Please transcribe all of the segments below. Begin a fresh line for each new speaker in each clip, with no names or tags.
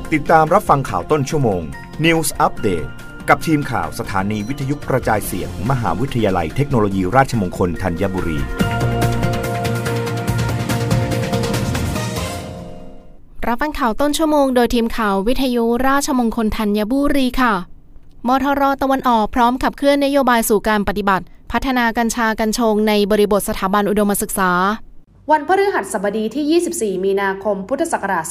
ติดตามรับฟังข่าวต้นชั่วโมง News Update กับทีมข่าวสถานีวิทยุกระจายเสียง มหาวิทยาลัยเทคโนโลยีราชมงคลธัญบุรี
รับฟังข่าวต้นชั่วโมงโดยทีมข่าววิทยุราชมงคลธัญบุรีค่ะมทร.ตะวันออกพร้อมขับเคลื่อนนโยบายสู่การปฏิบัติพัฒนากัญชากัญชงในบริบทสถาบันอุดมศึกษาวันพฤหัสบดีที่ 24 มีนาคม พุทธศักราช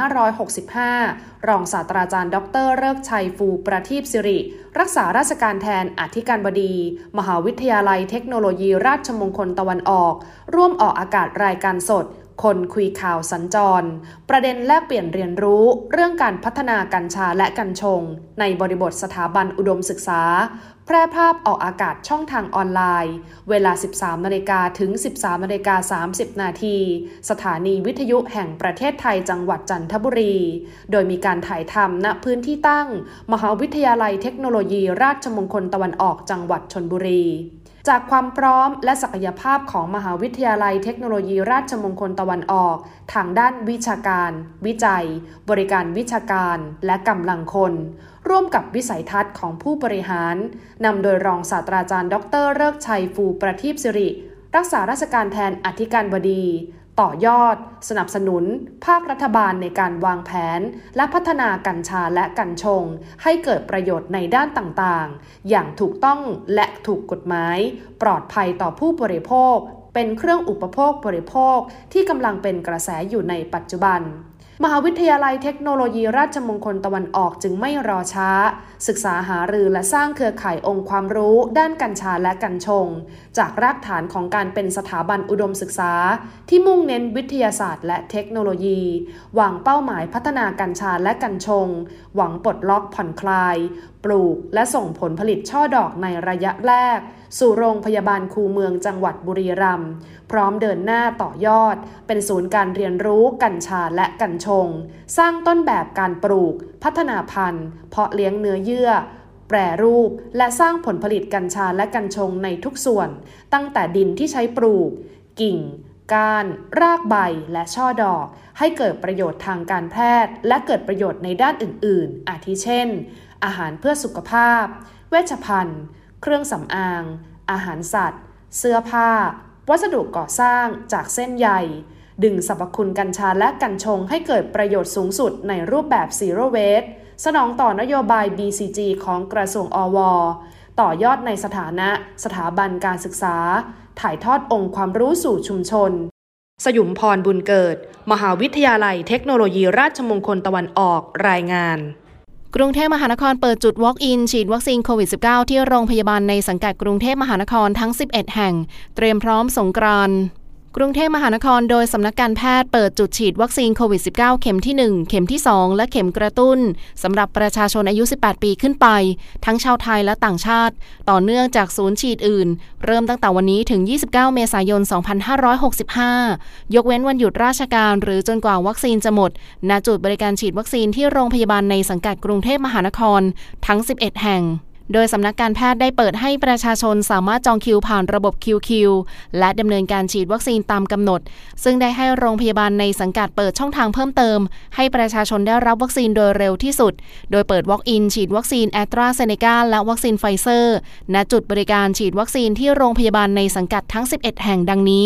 2565 รองศาสตราจารย์ดร.ฤกษ์ชัย ฟูประทีปสิริ รักษาราชการแทนอธิการบดี มหาวิทยาลัยเทคโนโลยีราชมงคลตะวันออกร่วมออกอากาศรายการสดคนคุยข่าวสัญจรประเด็นแลกเปลี่ยนเรียนรู้เรื่องการพัฒนากัญชาและกัญชงในบริบทสถาบันอุดมศึกษาแพร่ภาพออกอากาศช่องทางออนไลน์เวลา 13 นาฬิกาถึง 13 นาฬิกา 30 นาทีสถานีวิทยุแห่งประเทศไทยจังหวัดจันทบุรีโดยมีการถ่ายทำณพื้นที่ตั้งมหาวิทยาลัยเทคโนโลยีราชมงคลตะวันออกจังหวัดชลบุรีจากความพร้อมและศักยภาพของมหาวิทยาลัยเทคโนโลยีราชมงคลตะวันออกทางด้านวิชาการวิจัยบริการวิชาการและกำลังคนร่วมกับวิสัยทัศน์ของผู้บริหารนำโดยรองศาสตราจารย์ดร.ฤกษ์ชัย ฟูประทีปสิริรักษาราชการแทนอธิการบดีต่อยอดสนับสนุนภาครัฐบาลในการวางแผนและพัฒนากัญชาและกัญชงให้เกิดประโยชน์ในด้านต่างๆอย่างถูกต้องและถูกกฎหมายปลอดภัยต่อผู้บริโภคเป็นเครื่องอุปโภคบริโภคที่กำลังเป็นกระแสอยู่ในปัจจุบันมหาวิทยาลัยเทคโนโลยีราชมงคลตะวันออกจึงไม่รอช้าศึกษาหารือและสร้างเครือข่ายองค์ความรู้ด้านกัญชาและกัญชงจากรากฐานของการเป็นสถาบันอุดมศึกษาที่มุ่งเน้นวิทยาศาสตร์และเทคโนโลยีวางเป้าหมายพัฒนากัญชาและกัญชงหวังปลดล็อกผ่อนคลายปลูกและส่งผลผลิตช่อดอกในระยะแรกสู่โรงพยาบาลคูเมืองจังหวัดบุรีรัมย์พร้อมเดินหน้าต่อยอดเป็นศูนย์การเรียนรู้กัญชาและกัญชงสร้างต้นแบบการปลูกพัฒนาพันธุ์เพาะเลี้ยงเนื้อเยื่อแปรรูปและสร้างผลผลิตกัญชาและกัญชงในทุกส่วนตั้งแต่ดินที่ใช้ปลูกกิ่งก้านรากใบและช่อดอกให้เกิดประโยชน์ทางการแพทย์และเกิดประโยชน์ในด้านอื่นๆอาทิเช่นอาหารเพื่อสุขภาพเวชภัณฑ์เครื่องสำอางอาหารสัตว์เสื้อผ้าวัสดุก่อสร้างจากเส้นใยดึงสรรพคุณกัญชาและกัญชงให้เกิดประโยชน์สูงสุดในรูปแบบ Zero Waste สนองต่อนโยบาย BCG ของกระทรวงอว.ต่อยอดในสถานะสถาบันการศึกษาถ่ายทอดองค์ความรู้สู่ชุมชนสยุมพรบุญเกิดมหาวิทยาลัยเทคโนโลยีราชมงคลตะวันออกรายงานกรุงเทพมหานครเปิดจุด Walk-in ฉีดวัคซีนโควิด -19 ที่โรงพยาบาลในสังกัดกรุงเทพมหานครทั้ง 11 แห่งเตรียมพร้อมสงกรานต์กรุงเทพมหานครโดยสำนักการแพทย์เปิดจุดฉีดวัคซีนโควิด -19 เข็มที่ 1 เข็มที่ 2 และเข็มกระตุ้นสำหรับประชาชนอายุ 18 ปีขึ้นไปทั้งชาวไทยและต่างชาติต่อเนื่องจากศูนย์ฉีดอื่นเริ่มตั้งแต่วันนี้ถึง 29 เมษายน 2565 ยกเว้นวันหยุดราชการหรือจนกว่าวัคซีนจะหมดณจุดบริการฉีดวัคซีนที่โรงพยาบาลในสังกัดกรุงเทพมหานครทั้ง 11 แห่งโดยสำนักการแพทย์ได้เปิดให้ประชาชนสามารถจองคิวผ่านระบบ QQ และดำเนินการฉีดวัคซีนตามกำหนดซึ่งได้ให้โรงพยาบาลในสังกัดเปิดช่องทางเพิ่มเติมให้ประชาชนได้รับวัคซีนโดยเร็วที่สุดโดยเปิด Walk-in ฉีดวัคซีน AstraZeneca และวัคซีนไฟเซอร์ณจุดบริการฉีดวัคซีนที่โรงพยาบาลในสังกัดทั้ง 11 แห่งดังนี้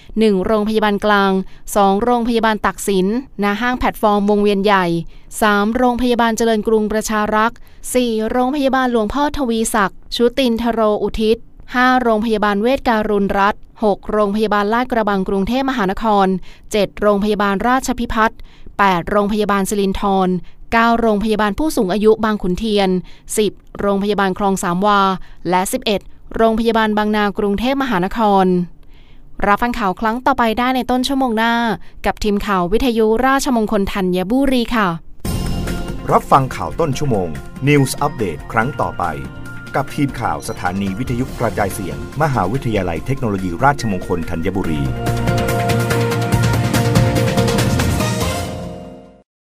1 โรงพยาบาลกลาง 2 โรงพยาบาลตักสินณห้างแพลตฟอร์มวงเวียนใหญ่ 3 โรงพยาบาลเจริญกรุงประชารักษ์ 4 โรงพยาบาลหลวงพ่อทวีศักดิ์ชุตินทโรอุทิศ 5 โรงพยาบาลเวชการุณรัฐ 6 โรงพยาบาลลาดกระบังกรุงเทพมหานคร 7 โรงพยาบาลราชพิพัฒน์ 8 โรงพยาบาลสิรินธร 9 โรงพยาบาลผู้สูงอายุบางขุนเทียน 10 โรงพยาบาลคลองสามวาและ 11 โรงพยาบาลบางนากรุงเทพมหานครรับฟังข่าวครั้งต่อไปได้ในต้นชั่วโมงหน้ากับทีมข่าววิทยุราชมงคลธัญบุรีค่ะ
รับฟังข่าวต้นชั่วโมง News Update ครั้งต่อไปกับทีมข่าวสถานีวิทยุกระจายเสียงมหาวิทยาลัยเทคโนโลยีราชมงคลธัญบุรี